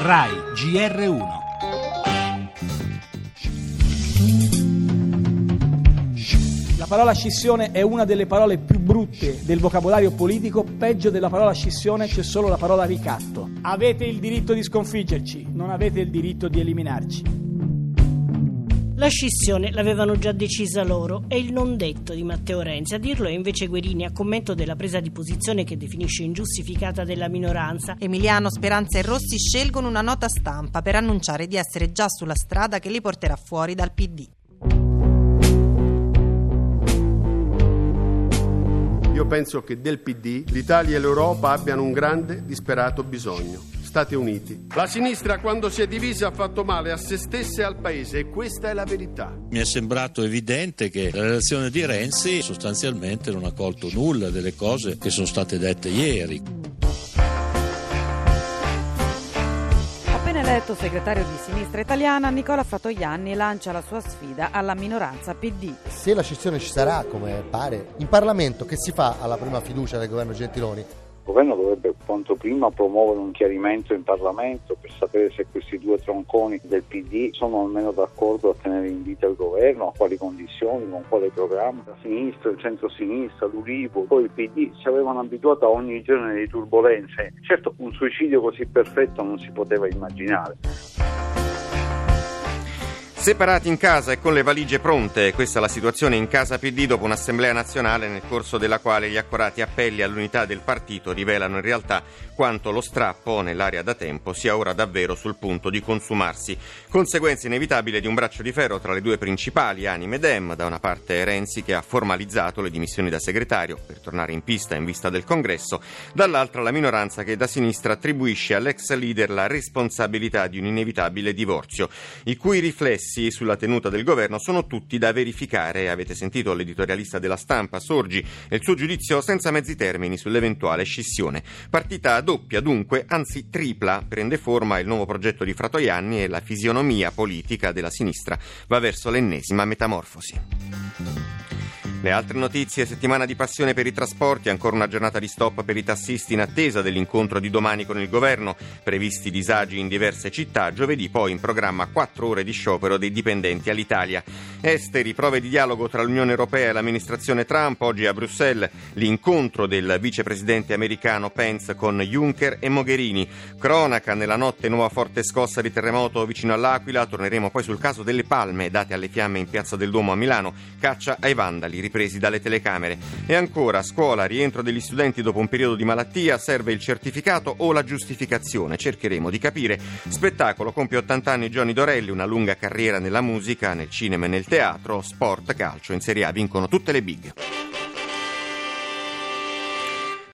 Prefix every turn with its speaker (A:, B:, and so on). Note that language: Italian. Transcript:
A: RAI GR1.
B: La parola scissione è una delle parole più brutte del vocabolario politico. Peggio della parola scissione c'è solo la parola ricatto. Avete il diritto di sconfiggerci, non avete il diritto di eliminarci.
C: La scissione l'avevano già decisa loro, è il non detto di Matteo Renzi. A dirlo è invece Guerini, a commento della presa di posizione che definisce ingiustificata della minoranza.
D: Emiliano, Speranza e Rossi scelgono una nota stampa per annunciare di essere già sulla strada che li porterà fuori dal PD.
E: Io penso che del PD l'Italia e l'Europa abbiano un grande, disperato bisogno. Stati Uniti. La sinistra, quando si è divisa, ha fatto male a se stessa e al paese, e questa è la verità.
F: Mi è sembrato evidente che la relazione di Renzi sostanzialmente non ha colto nulla delle cose che sono state dette ieri.
G: Appena eletto segretario di Sinistra Italiana, Nicola Fratoianni lancia la sua sfida alla minoranza PD.
H: Se la scissione ci sarà, come pare, in Parlamento, che si fa alla prima fiducia del governo Gentiloni?
I: Il governo dovrebbe quanto prima promuovere un chiarimento in Parlamento per sapere se questi due tronconi del PD sono almeno d'accordo a tenere in vita il governo, a quali condizioni, con quale programma. La sinistra, il centro-sinistra, l'Ulivo, poi il PD ci avevano abituato a ogni genere di turbolenze. Certo, un suicidio così perfetto non si poteva immaginare.
J: Separati in casa e con le valigie pronte, questa è la situazione in casa PD dopo un'assemblea nazionale nel corso della quale gli accorati appelli all'unità del partito rivelano in realtà quanto lo strappo nell'area da tempo sia ora davvero sul punto di consumarsi. Conseguenza inevitabile di un braccio di ferro tra le due principali anime Dem, da una parte Renzi che ha formalizzato le dimissioni da segretario per tornare in pista in vista del congresso, dall'altra la minoranza che da sinistra attribuisce all'ex leader la responsabilità di un inevitabile divorzio, i cui riflessi sulla tenuta del governo sono tutti da verificare. Avete sentito l'editorialista della Stampa Sorgi e il suo giudizio senza mezzi termini sull'eventuale scissione. Partita doppia dunque, anzi tripla, prende forma il nuovo progetto di Fratoianni e la fisionomia politica della sinistra va verso l'ennesima metamorfosi. Le altre notizie: settimana di passione per i trasporti, ancora una giornata di stop per i tassisti in attesa dell'incontro di domani con il governo, previsti disagi in diverse città, giovedì poi in programma 4 ore di sciopero dei dipendenti all'Italia. Esteri, prove di dialogo tra l'Unione Europea e l'amministrazione Trump, oggi a Bruxelles l'incontro del vicepresidente americano Pence con Juncker e Mogherini. Cronaca, nella notte nuova forte scossa di terremoto vicino all'Aquila, torneremo poi sul caso delle palme date alle fiamme in Piazza del Duomo a Milano, caccia ai vandali presi dalle telecamere. E ancora, scuola, rientro degli studenti dopo un periodo di malattia, serve il certificato o la giustificazione? Cercheremo di capire. Spettacolo, compie 80 anni Johnny Dorelli, una lunga carriera nella musica, nel cinema e nel teatro, sport, calcio, in Serie A vincono tutte le big.